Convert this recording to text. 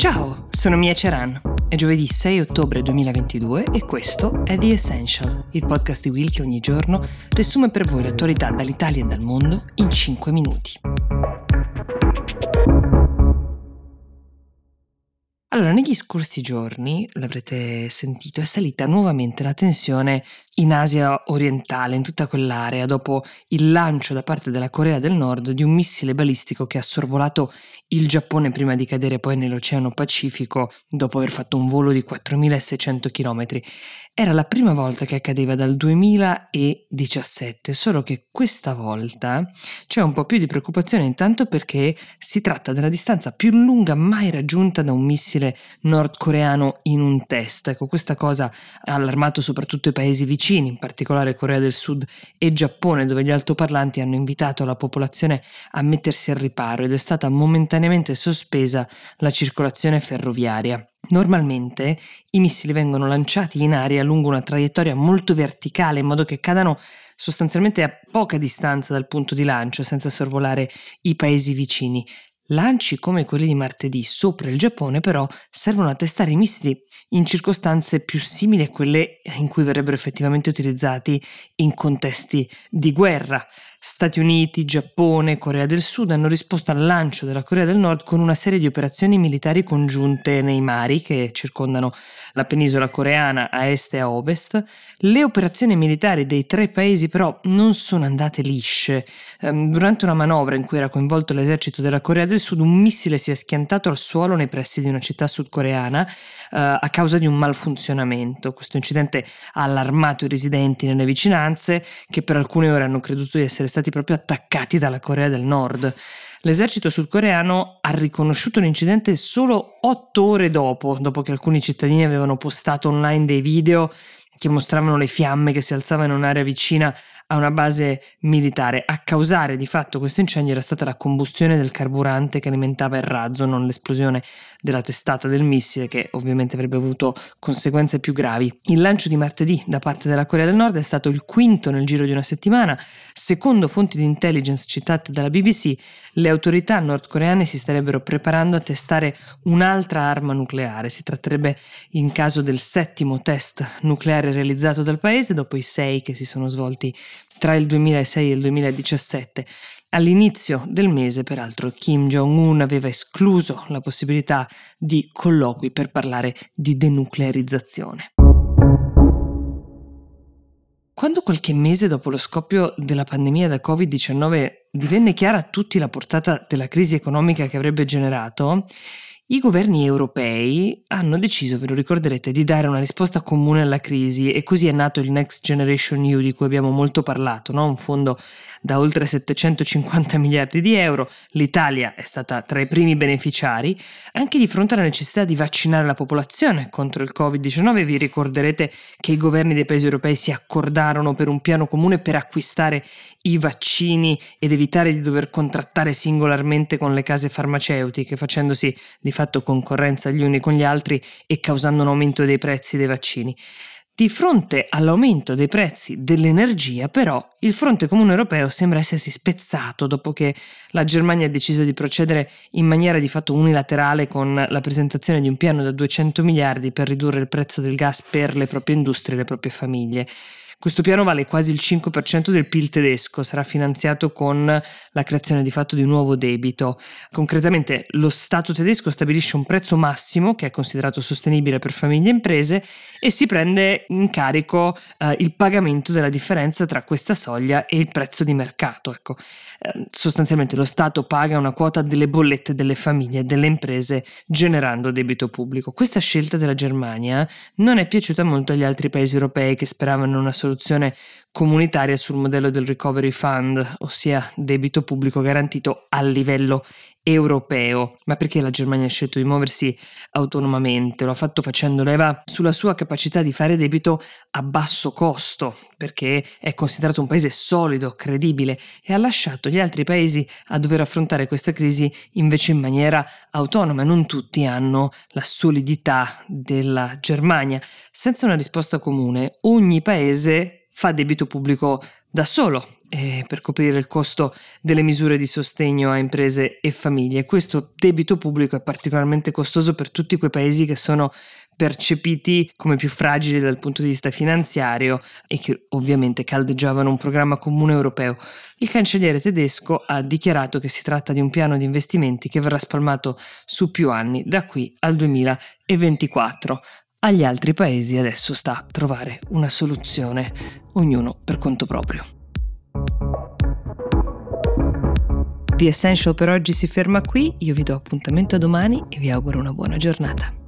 Ciao, sono Mia Ceran. È giovedì 6 ottobre 2022 e questo è The Essential, il podcast di Will che ogni giorno riassume per voi l'attualità dall'Italia e dal mondo in 5 minuti. Allora, negli scorsi giorni, l'avrete sentito, è salita nuovamente la tensione in Asia orientale, in tutta quell'area, dopo il lancio da parte della Corea del Nord di un missile balistico che ha sorvolato il Giappone prima di cadere poi nell'Oceano Pacifico dopo aver fatto un volo di 4.600 km. Era la prima volta che accadeva dal 2017, solo che questa volta c'è un po' più di preoccupazione, intanto perché si tratta della distanza più lunga mai raggiunta da un missile nordcoreano in un test. Ecco, questa cosa ha allarmato soprattutto i paesi vicini, in particolare Corea del Sud e Giappone, dove gli altoparlanti hanno invitato la popolazione a mettersi al riparo ed è stata momentaneamente sospesa la circolazione ferroviaria. Normalmente i missili vengono lanciati in aria lungo una traiettoria molto verticale, in modo che cadano sostanzialmente a poca distanza dal punto di lancio, senza sorvolare i paesi vicini. Lanci come quelli di martedì sopra il Giappone però servono a testare i missili in circostanze più simili a quelle in cui verrebbero effettivamente utilizzati in contesti di guerra. Stati Uniti, Giappone, Corea del Sud hanno risposto al lancio della Corea del Nord con una serie di operazioni militari congiunte nei mari che circondano la penisola coreana a est e a ovest. Le operazioni militari dei tre paesi però non sono andate lisce. Durante una manovra in cui era coinvolto l'esercito della Corea del Sud, un missile si è schiantato al suolo nei pressi di una città sudcoreana a causa di un malfunzionamento. Questo incidente ha allarmato i residenti nelle vicinanze, che per alcune ore hanno creduto di essere stati proprio attaccati dalla Corea del Nord. L'esercito sudcoreano ha riconosciuto l'incidente solo 8 ore dopo che alcuni cittadini avevano postato online dei video che mostravano le fiamme che si alzavano in un'area vicina a una base militare. A causare di fatto questo incendio era stata la combustione del carburante che alimentava il razzo, non l'esplosione della testata del missile, che ovviamente avrebbe avuto conseguenze più gravi. Il lancio di martedì da parte della Corea del Nord è stato il quinto nel giro di una settimana. Secondo fonti di intelligence citate dalla BBC, le autorità nordcoreane si starebbero preparando a testare un'altra arma nucleare. Si tratterebbe in caso del 7° test nucleare realizzato dal paese dopo i 6 che si sono svolti tra il 2006 e il 2017. All'inizio del mese, peraltro, Kim Jong-un aveva escluso la possibilità di colloqui per parlare di denuclearizzazione. Quando qualche mese dopo lo scoppio della pandemia da Covid-19 divenne chiara a tutti la portata della crisi economica che avrebbe generato, i governi europei hanno deciso, ve lo ricorderete, di dare una risposta comune alla crisi e così è nato il Next Generation EU di cui abbiamo molto parlato, no? Un fondo da oltre 750 miliardi di euro. L'Italia è stata tra i primi beneficiari. Anche di fronte alla necessità di vaccinare la popolazione contro il Covid-19, vi ricorderete che i governi dei paesi europei si accordarono per un piano comune per acquistare i vaccini ed evitare di dover contrattare singolarmente con le case farmaceutiche, facendosi di fatto concorrenza gli uni con gli altri e causando un aumento dei prezzi dei vaccini. Di fronte all'aumento dei prezzi dell'energia, però, il fronte comune europeo sembra essersi spezzato dopo che la Germania ha deciso di procedere in maniera di fatto unilaterale con la presentazione di un piano da 200 miliardi per ridurre il prezzo del gas per le proprie industrie e le proprie famiglie. Questo piano vale quasi il 5% del PIL tedesco, sarà finanziato con la creazione di fatto di un nuovo debito. Concretamente lo Stato tedesco stabilisce un prezzo massimo che è considerato sostenibile per famiglie e imprese e si prende in carico il pagamento della differenza tra questa soglia e il prezzo di mercato. Sostanzialmente lo Stato paga una quota delle bollette delle famiglie e delle imprese generando debito pubblico. Questa scelta della Germania non è piaciuta molto agli altri paesi europei che speravano una soluzione comunitaria sul modello del Recovery Fund, ossia debito pubblico garantito a livello europeo. Ma perché la Germania ha scelto di muoversi autonomamente? Lo ha fatto facendo leva sulla sua capacità di fare debito a basso costo, perché è considerato un paese solido, credibile, e ha lasciato gli altri paesi a dover affrontare questa crisi invece in maniera autonoma. Non tutti hanno la solidità della Germania. Senza una risposta comune, ogni paese fa debito pubblico da solo per coprire il costo delle misure di sostegno a imprese e famiglie. Questo debito pubblico è particolarmente costoso per tutti quei paesi che sono percepiti come più fragili dal punto di vista finanziario e che ovviamente caldeggiavano un programma comune europeo. Il cancelliere tedesco ha dichiarato che si tratta di un piano di investimenti che verrà spalmato su più anni, da qui al 2024. Agli altri paesi adesso sta a trovare una soluzione, ognuno per conto proprio. The Essential per oggi si ferma qui, io vi do appuntamento a domani e vi auguro una buona giornata.